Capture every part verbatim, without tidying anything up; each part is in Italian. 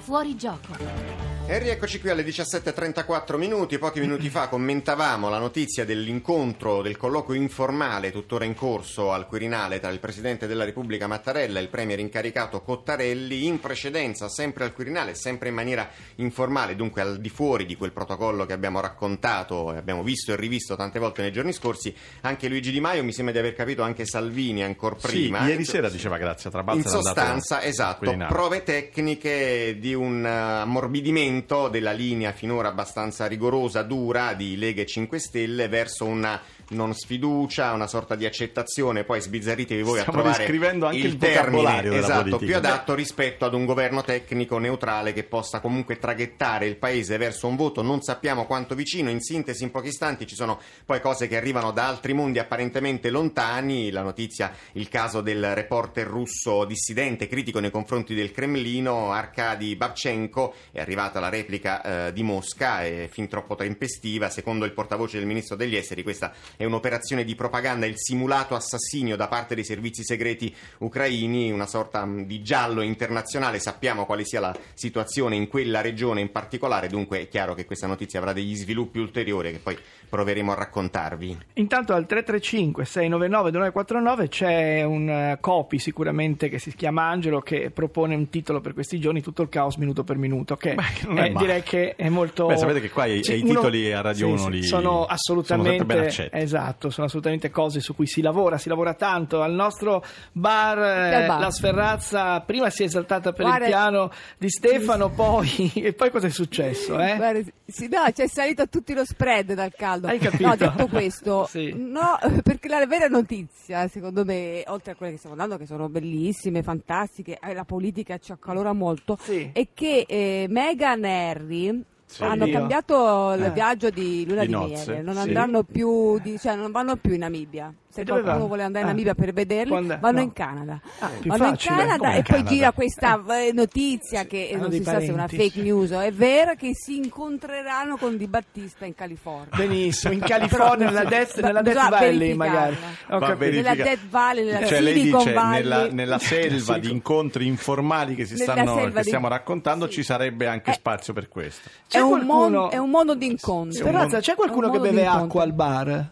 Fuori gioco. E rieccoci qui alle diciassette e trentaquattro minuti. Pochi minuti fa commentavamo la notizia dell'incontro, del colloquio informale tuttora in corso al Quirinale tra il Presidente della Repubblica Mattarella e il Premier incaricato Cottarelli. In precedenza, sempre al Quirinale, sempre in maniera informale, dunque al di fuori di quel protocollo che abbiamo raccontato e abbiamo visto e rivisto tante volte nei giorni scorsi, anche Luigi Di Maio, mi sembra di aver capito anche Salvini ancor prima. Sì, ieri sera diceva Grazia Trabalza. In sostanza, esatto, prove tecniche di un ammorbidimento della linea finora abbastanza rigorosa, dura, di Lega e cinque Stelle verso una non sfiducia, una sorta di accettazione. Poi sbizzarritevi voi Stiamo a trovare descrivendo anche il, il termine vocabolario della esatto, politica. più adatto rispetto ad un governo tecnico neutrale che possa comunque traghettare il paese verso un voto non sappiamo quanto vicino. In sintesi, in pochi istanti ci sono poi cose che arrivano da altri mondi apparentemente lontani. La notizia, il caso del reporter russo dissidente, critico nei confronti del Cremlino, Arkady Babchenko. È arrivata la replica eh, di Mosca, è fin troppo tempestiva. Secondo il portavoce del ministro degli esteri, questa è un'operazione di propaganda, il simulato assassinio da parte dei servizi segreti ucraini, una sorta di giallo internazionale. Sappiamo quale sia la situazione in quella regione in particolare, dunque è chiaro che questa notizia avrà degli sviluppi ulteriori che poi proveremo a raccontarvi. Intanto al tre tre cinque sei nove nove due nove quattro nove c'è un uh, copy sicuramente che si chiama Angelo, che propone un titolo per questi giorni, tutto il caos minuto per minuto, che Beh, eh, direi che è molto... Beh, sapete che qua i, sì, i uno... titoli a Radio sì, uno li... sì, sono assolutamente sono ben accetti. Esatto, sono assolutamente cose su cui si lavora, si lavora tanto. Al nostro bar, eh, bar. la Sferrazza prima si è esaltata per Guarda... il piano di Stefano, poi e poi cosa è successo? Eh? Guarda, sì, no, c'è salito a tutti lo spread dal caldo. Hai capito? No, detto questo, Sì. no, perché la vera notizia, secondo me, oltre a quelle che stiamo dando, che sono bellissime, fantastiche, eh, la politica ci accalora molto, Sì. è che eh, Meghan e Harry Sì. hanno Oddio. cambiato il Eh. viaggio di luna Di di, nozze, miele, non sì. andranno più, di, cioè non vanno più in Namibia. Se E dove qualcuno vanno? vuole andare in Ah. Namibia per vederli, Quando- vanno no. in Canada. Ah, più vanno facile. in Canada Come e in poi Canada? gira questa eh, notizia che eh, Hanno non dei si sa se è una parenti, fake sì. news o è vera, che si incontreranno con Di Battista in California. Benissimo, in California, nella Death, nella Death Bisogna Valley verificarla. magari. Ho Va capito. verifica- Nella Death Valley, nella Cioè lei Silicon dice Valley. nella, nella selva Sì. di incontri informali che, si Nella stanno, selva che di- stiamo raccontando, sì. ci sarebbe anche Eh. spazio per questo. C'è È un, qualcuno- mon- è un mondo di incontri. Speranza, c'è qualcuno È un che mondo beve di acqua incontri. al bar?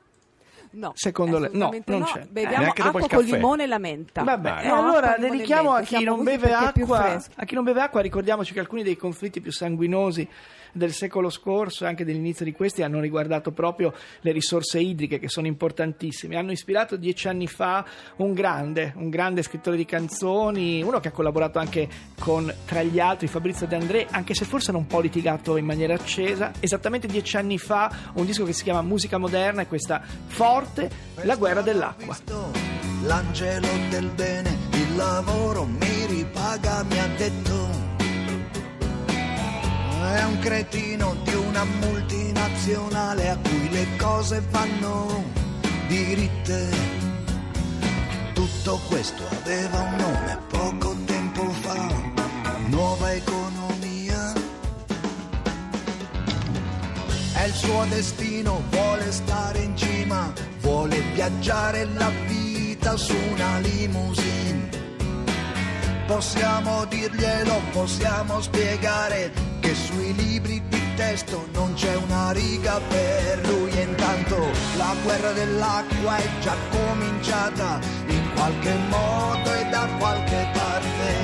No, Secondo lei? No, assolutamente non c'è. Beviamo Neanche dopo il acqua con caffè. limone e la menta. Vabbè, Eh, e allora acqua, limone e dedichiamo menta. a chi Siamo non così beve perché è più acqua, fresco. a chi non beve acqua, ricordiamoci che alcuni dei conflitti più sanguinosi del secolo scorso e anche dell'inizio di questi hanno riguardato proprio le risorse idriche, che sono importantissime. Hanno ispirato dieci anni fa un grande, un grande scrittore di canzoni, uno che ha collaborato anche con, tra gli altri, Fabrizio De André, anche se forse hanno un po' litigato in maniera accesa. Esattamente dieci anni fa un disco che si chiama Musica Moderna, e questa forte, La guerra dell'acqua. L'angelo del bene, il lavoro mi ripaga, mi ha detto. È un cretino di una multinazionale a cui le cose vanno diritte. Tutto questo aveva un nome poco tempo fa, nuova economia. È il suo destino, vuole stare in cima, vuole viaggiare la vita su una limousine. Possiamo dirglielo, possiamo spiegare che sui libri di testo non c'è una riga per lui. E intanto la guerra dell'acqua è già cominciata in qualche modo e da qualche parte.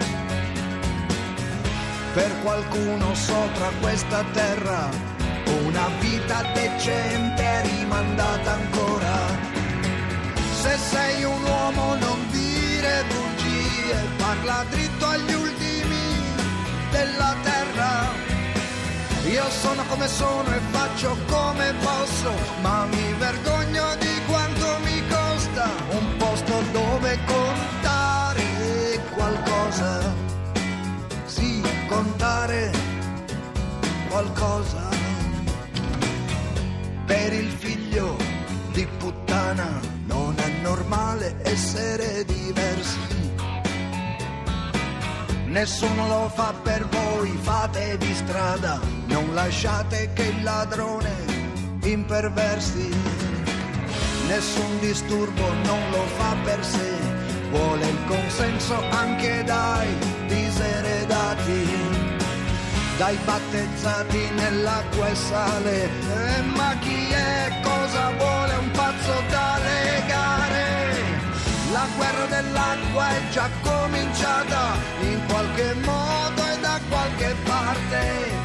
Per qualcuno sopra questa terra una vita decente è rimandata ancora. Se sei un uomo non dire bugie, parla dritto agli ultimi della terra. Io sono come sono e faccio come posso, ma mi vergogno di quanto mi costa un posto dove contare qualcosa. Sì, contare qualcosa. Per il figlio di puttana non è normale essere diversi. Nessuno lo fa per voi, fatevi strada, non lasciate che il ladrone imperversi. Nessun disturbo non lo fa per sé, vuole il consenso anche dai diseredati. dai battezzati nell'acqua e sale. Eh, ma chi è, cosa vuole, un pazzo da legare? La guerra dell'acqua è già cominciata, in qualche modo e da qualche parte.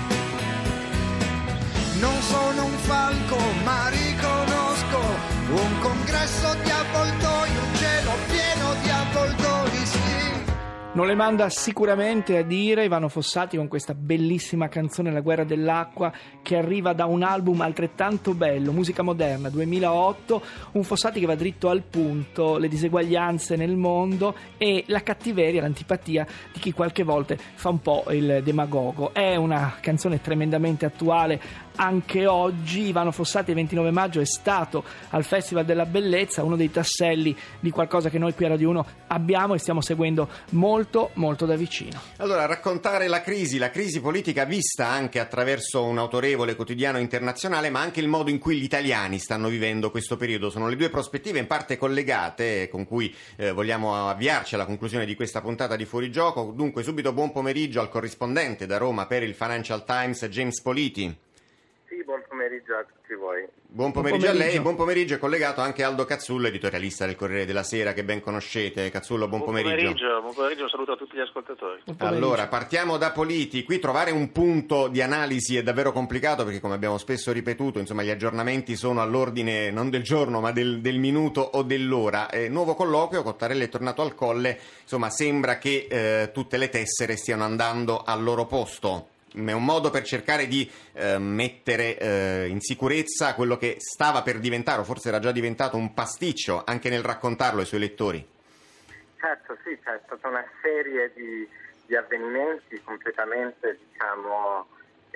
Non sono un falco, ma riconosco un congresso di avvoltoi, un cielo pieno di avvoltoi, sì. Non le manda sicuramente a dire Ivano Fossati con questa bellissima canzone La guerra dell'acqua, che arriva da un album altrettanto bello, Musica moderna duemilaotto, un Fossati che va dritto al punto, le diseguaglianze nel mondo e la cattiveria, l'antipatia di chi qualche volta fa un po' il demagogo. È una canzone tremendamente attuale anche oggi. Ivano Fossati il ventinove maggio è stato al Festival della Bellezza, uno dei tasselli di qualcosa che noi qui a Radio uno abbiamo e stiamo seguendo molto molto da vicino. Allora, raccontare la crisi, la crisi politica vista anche attraverso un autorevole quotidiano internazionale, ma anche il modo in cui gli italiani stanno vivendo questo periodo. Sono le due prospettive in parte collegate con cui eh, vogliamo avviarci alla conclusione di questa puntata di Fuorigioco. Dunque, subito buon pomeriggio al corrispondente da Roma per il Financial Times, James Politi. Buon pomeriggio a tutti voi. Buon pomeriggio, buon pomeriggio a lei, buon pomeriggio è collegato anche Aldo Cazzullo, editorialista del Corriere della Sera, che ben conoscete. Cazzullo, buon, buon pomeriggio. pomeriggio. Buon pomeriggio, saluto a tutti gli ascoltatori. Allora, partiamo da Politi. Qui trovare un punto di analisi è davvero complicato perché, come abbiamo spesso ripetuto, insomma, gli aggiornamenti sono all'ordine non del giorno ma del, del minuto o dell'ora. Eh, nuovo colloquio, Cottarelli è tornato al Colle, insomma sembra che eh, tutte le tessere stiano andando al loro posto. È un modo per cercare di eh, mettere eh, in sicurezza quello che stava per diventare, o forse era già diventato, un pasticcio, anche nel raccontarlo ai suoi lettori. Certo, sì, c'è stata una serie di, di avvenimenti completamente, diciamo,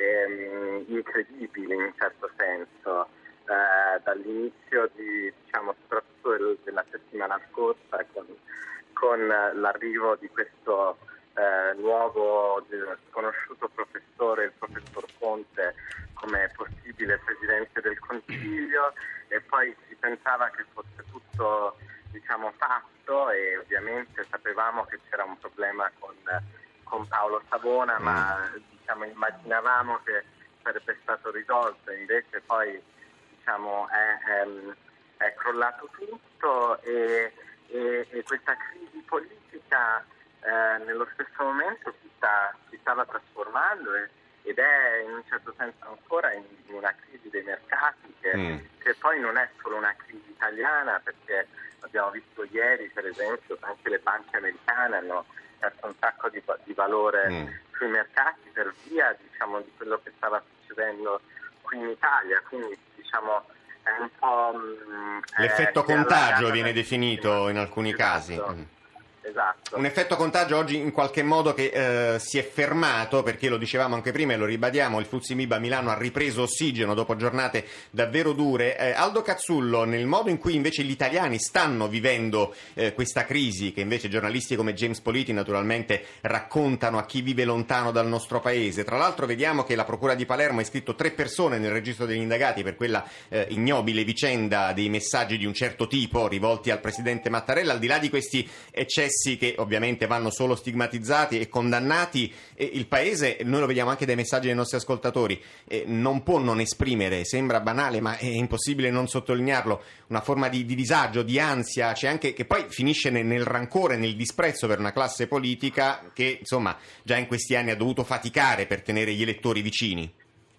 ehm, incredibili in un certo senso, eh, dall'inizio di, diciamo, soprattutto del, della settimana scorsa, con, con l'arrivo di questo Eh, nuovo eh, sconosciuto professore, il professor Conte, come possibile Presidente del Consiglio, e poi si pensava che fosse tutto, diciamo, fatto, e ovviamente sapevamo che c'era un problema con, con Paolo Savona, ma diciamo, immaginavamo che sarebbe stato risolto, invece poi, diciamo, è, è, è crollato tutto e, e, e questa crisi politica Eh, nello stesso momento si, sta, si stava trasformando e, ed è in un certo senso ancora in, in una crisi dei mercati che, mm. che poi non è solo una crisi italiana, perché abbiamo visto ieri per esempio anche le banche americane hanno perso un sacco di, di valore mm. sui mercati per via, diciamo, di quello che stava succedendo qui in Italia, quindi diciamo è un po' mh, l'effetto è, contagio viene definito in alcuni esatto. casi. Mm. Esatto. Un effetto contagio oggi in qualche modo che eh, si è fermato, perché lo dicevamo anche prima e lo ribadiamo, il Fuzzi Mib a Milano ha ripreso ossigeno dopo giornate davvero dure. Eh, Aldo Cazzullo, nel modo in cui invece gli italiani stanno vivendo eh, questa crisi, che invece giornalisti come James Politi naturalmente raccontano a chi vive lontano dal nostro paese. Tra l'altro vediamo che la Procura di Palermo ha iscritto tre persone nel registro degli indagati per quella eh, ignobile vicenda dei messaggi di un certo tipo rivolti al presidente Mattarella. Al di là di questi eccessi che ovviamente vanno solo stigmatizzati e condannati, e il Paese, noi lo vediamo anche dai messaggi dei nostri ascoltatori, eh, non può non esprimere, sembra banale ma è impossibile non sottolinearlo, una forma di, di disagio, di ansia, c'è anche, che poi finisce nel, nel rancore, nel disprezzo per una classe politica che insomma già in questi anni ha dovuto faticare per tenere gli elettori vicini.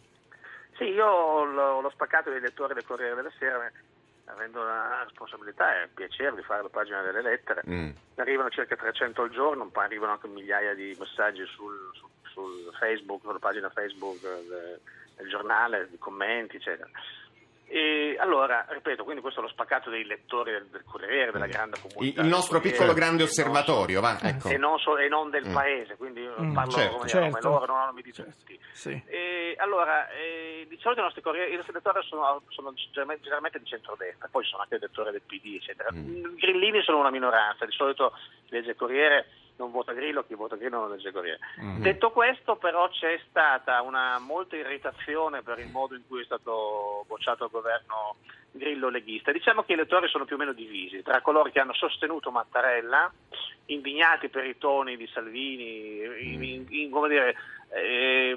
Sì, io l'ho, l'ho spaccato dei lettori del Corriere della Sera, avendo una responsabilità e il piacere di fare la pagina delle lettere. Mm. Arrivano circa trecento al giorno, poi arrivano anche migliaia di messaggi sul, sul, sul Facebook, sulla pagina Facebook del, del giornale, di commenti, eccetera. E allora, ripeto, quindi questo è lo spaccato dei lettori del, del Corriere, della grande comunità. Il nostro piccolo grande osservatorio, va, ecco. E non, so, e non del mm. paese, quindi mm, parlo certo, come certo. Diciamo, loro, non mi dice tutti. Sì. E allora, eh, di solito i nostri corrieri, i nostri lettori sono, sono generalmente di centrodestra, poi ci sono anche lettori del P D, eccetera. Mm. I grillini sono una minoranza, di solito legge il Corriere, non vota Grillo, chi vota Grillo non legge il Corriere. Mm-hmm. Detto questo, però, c'è stata una molta irritazione per il modo in cui è stato bocciato il governo Grillo-leghista. Diciamo che i lettori sono più o meno divisi tra coloro che hanno sostenuto Mattarella, indignati per i toni di Salvini, in, in, in, come dire, eh,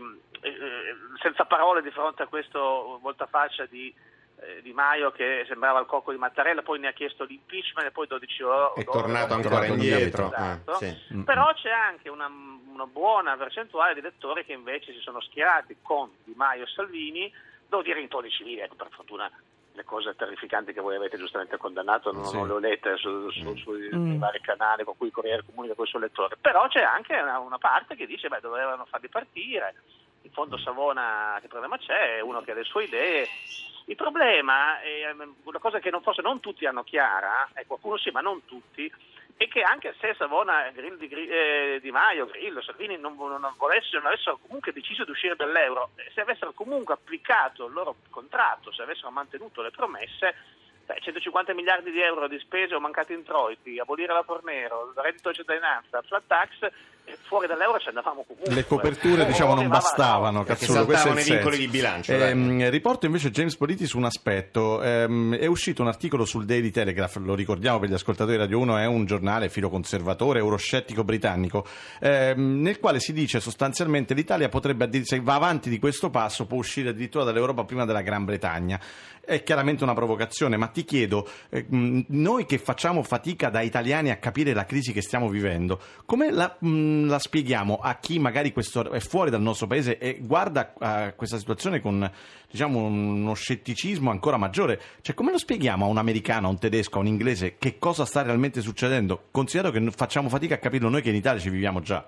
eh, senza parole di fronte a questo voltafaccia di Di Maio che sembrava il cocco di Mattarella, poi ne ha chiesto l'impeachment e poi dodici ore è tornato ancora indietro. Esatto. Ah, sì. Però c'è anche una, una buona percentuale di elettori che invece si sono schierati con Di Maio e Salvini, devo dire in toni civili, ecco, per fortuna le cose terrificanti che voi avete giustamente condannato non, sì. non le ho lette su, su, sui mm. vari canali con cui il Corriere comunica con i suoi lettori, però c'è anche una, una parte che dice beh dovevano farli partire, in fondo Savona che problema c'è, è uno che ha le sue idee. Il problema è una cosa che non, forse non tutti hanno chiara, e qualcuno sì ma non tutti, è che anche se Savona, Grill, di, eh, Di Maio, Grillo, Salvini non, non, volessero, non avessero comunque deciso di uscire dall'euro, se avessero comunque applicato il loro contratto, se avessero mantenuto le promesse, beh, centocinquanta miliardi di euro di spese o mancati introiti, abolire la Fornero, il reddito di cittadinanza, flat tax, fuori dall'euro ci andavamo comunque. Le coperture, diciamo, non bastavano, Cazzullo, questo è il i vincoli di bilancio. Eh, riporto invece James Politi su un aspetto. Eh, è uscito un articolo sul Daily Telegraph, lo ricordiamo per gli ascoltatori di Radio uno, è un giornale filoconservatore, euroscettico britannico, eh, nel quale si dice sostanzialmente l'Italia potrebbe, se va avanti di questo passo, può uscire addirittura dall'Europa prima della Gran Bretagna. È chiaramente una provocazione, ma ti chiedo, eh, noi che facciamo fatica da italiani a capire la crisi che stiamo vivendo, come la, mh, la spieghiamo a chi magari questo è fuori dal nostro paese e guarda a questa situazione con, diciamo, uno scetticismo ancora maggiore? Cioè, come lo spieghiamo a un americano, a un tedesco, a un inglese che cosa sta realmente succedendo, considerato che facciamo fatica a capirlo noi che in Italia ci viviamo già?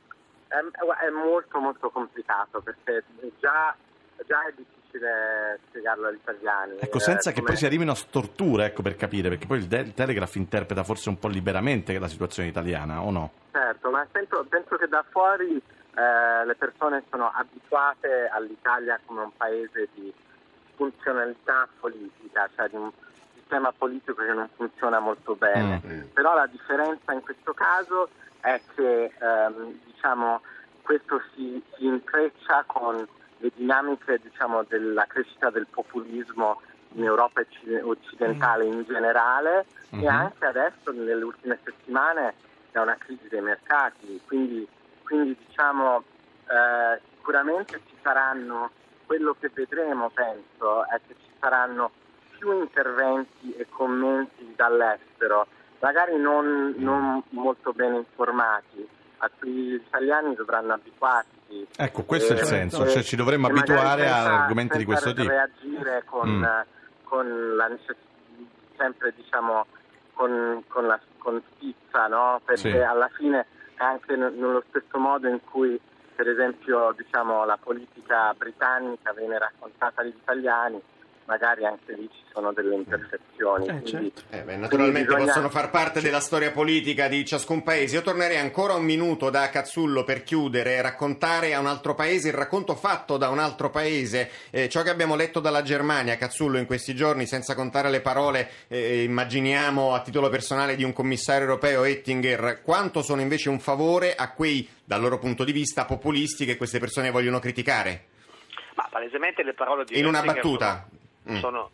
È, è molto molto complicato, perché già, già è difficile spiegarlo agli italiani. Ecco, senza eh, che poi si arrivino a storture, ecco, per capire, perché poi il, De- il Telegraph interpreta forse un po' liberamente la situazione italiana, o no? Certo, ma penso, penso che da fuori eh, le persone sono abituate all'Italia come un paese di funzionalità politica, cioè di un sistema politico che non funziona molto bene. Mm. Però la differenza in questo caso è che ehm, diciamo questo si, si intreccia con le dinamiche, diciamo, della crescita del populismo in Europa occidentale in generale mm-hmm. e anche adesso nelle ultime settimane c'è una crisi dei mercati, quindi, quindi diciamo eh, sicuramente ci saranno, quello che vedremo penso è che ci saranno più interventi e commenti dall'estero, magari non, non molto ben informati, a cui gli italiani dovranno abituarsi. Ecco, questo eh, è il senso, cioè ci dovremmo abituare senza, a argomenti di questo tipo. Reagire con, mm. con la sempre diciamo con, con la con stizza, no? Perché sì. alla fine è anche n- nello stesso modo in cui per esempio diciamo la politica britannica viene raccontata agli italiani, magari anche lì ci sono delle imperfezioni. Eh, quindi, certo. eh, beh, naturalmente bisogna... possono far parte della storia politica di ciascun paese. Io tornerei ancora un minuto da Cazzullo per chiudere, raccontare a un altro paese il racconto fatto da un altro paese, eh, ciò che abbiamo letto dalla Germania, Cazzullo, in questi giorni, senza contare le parole, eh, immaginiamo a titolo personale di un commissario europeo, Oettinger, quanto sono invece un favore a quei, dal loro punto di vista, populisti che queste persone vogliono criticare? Ma palesemente le parole di in una Oettinger battuta sono... Sono...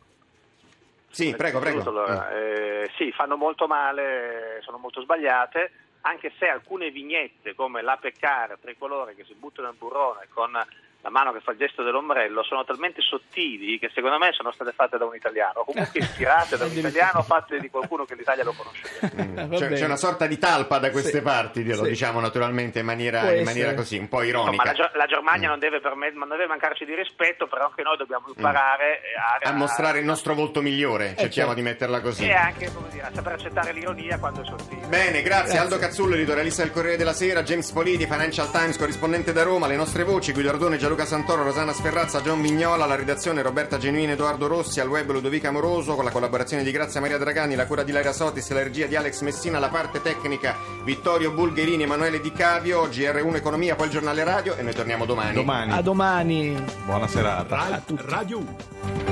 Sì, prego, prego. Allora, eh, sì, fanno molto male, sono molto sbagliate, anche se alcune vignette come la Peccar, tricolore che si buttano nel burrone con la mano che fa il gesto dell'ombrello sono talmente sottili che secondo me sono state fatte da un italiano, comunque ispirate da un italiano, fatte di qualcuno che l'Italia lo conosce. Mm. C'è, c'è una sorta di talpa da queste sì. parti, lo sì. diciamo naturalmente in maniera, in maniera così, un po' ironica. No, ma la, la Germania mm. non deve permet- non deve mancarci di rispetto, però anche noi dobbiamo imparare mm. a, a mostrare il nostro volto migliore, eh, cerchiamo certo. di metterla così. E anche, come dire, a saper accettare l'ironia quando è sottile. Bene, grazie. grazie. Aldo Cazzullo, editorialista del Corriere della Sera, James Politi, Financial Times, corrispondente da Roma, le nostre voci, Guido Ardone, Gianluca Santoro, Rosanna Sferrazza, John Vignola, la redazione Roberta Genuini, Edoardo Rossi, al web Ludovica Amoroso, con la collaborazione di Grazia Maria Dragani, la cura di Laira Sotis, la regia di Alex Messina, la parte tecnica Vittorio Bulgherini, Emanuele Di Cavio. Oggi erre uno Economia, poi il giornale radio e noi torniamo domani. Domani. A domani. Buona serata. Ra- Radio uno.